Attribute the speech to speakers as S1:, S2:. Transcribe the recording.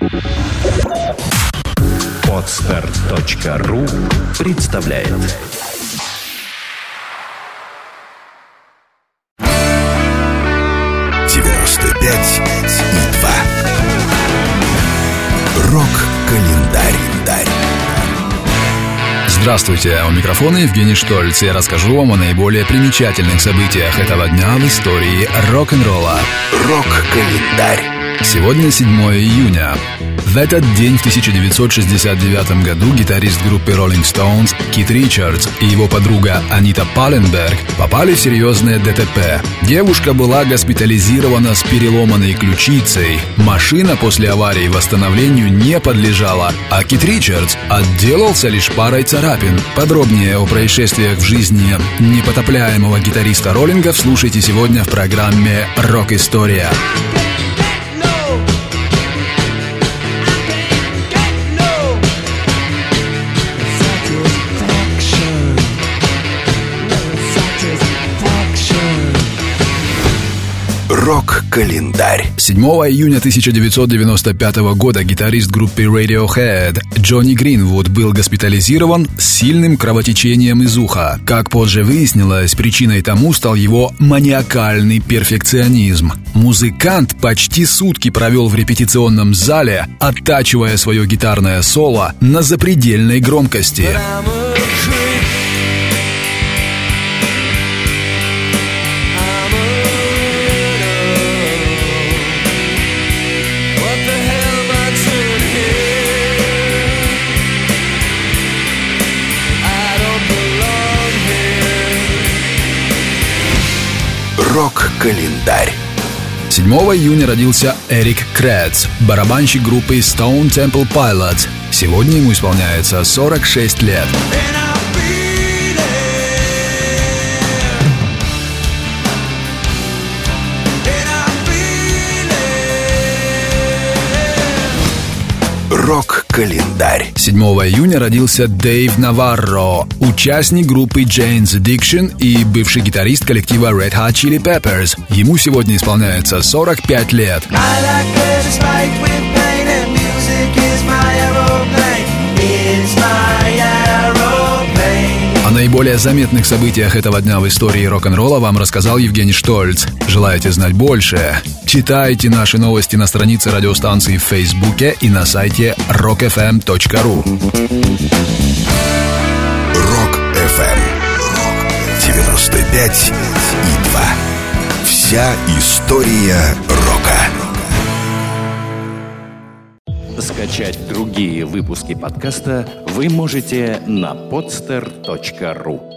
S1: Podster.ru представляет.
S2: Рок-календарь.
S3: Здравствуйте, у микрофона Евгений Штольц. Я расскажу вам о наиболее примечательных событиях этого дня в истории рок-н-ролла.
S2: Рок-календарь.
S3: Сегодня 7 июня. В этот день в 1969 году гитарист группы Rolling Stones Кит Ричардс и его подруга Анита Палленберг попали в серьезное ДТП. Девушка была госпитализирована с переломанной ключицей. Машина после аварии восстановлению не подлежала, а Кит Ричардс отделался лишь парой царапин. Подробнее о происшествиях в жизни непотопляемого гитариста роллингов слушайте сегодня в программе «Рок-история».
S2: Рок-календарь.
S3: 7 июня 1995 года гитарист группы Radiohead Джонни Гринвуд был госпитализирован с сильным кровотечением из уха. Как позже выяснилось, причиной тому стал его маниакальный перфекционизм. Музыкант почти сутки провел в репетиционном зале, оттачивая свое гитарное соло на запредельной громкости.
S2: Рок-календарь.
S3: 7 июня родился Эрик Кретц, барабанщик группы Stone Temple Pilots. Сегодня ему исполняется 46 лет.
S2: Рок-календарь.
S3: 7 июня родился Дэйв Наварро, участник группы Jane's Addiction и бывший гитарист коллектива Red Hot Chili Peppers. Ему сегодня исполняется 45 лет. О наиболее заметных событиях этого дня в истории рок-н-ролла вам рассказал Евгений Штольц. Желаете знать больше? Читайте наши новости на странице радиостанции в Фейсбуке и на сайте rockfm.ru.
S2: Рок-ФМ 95,2. Вся история рока.
S1: Скачать другие выпуски подкаста вы можете на podster.ru.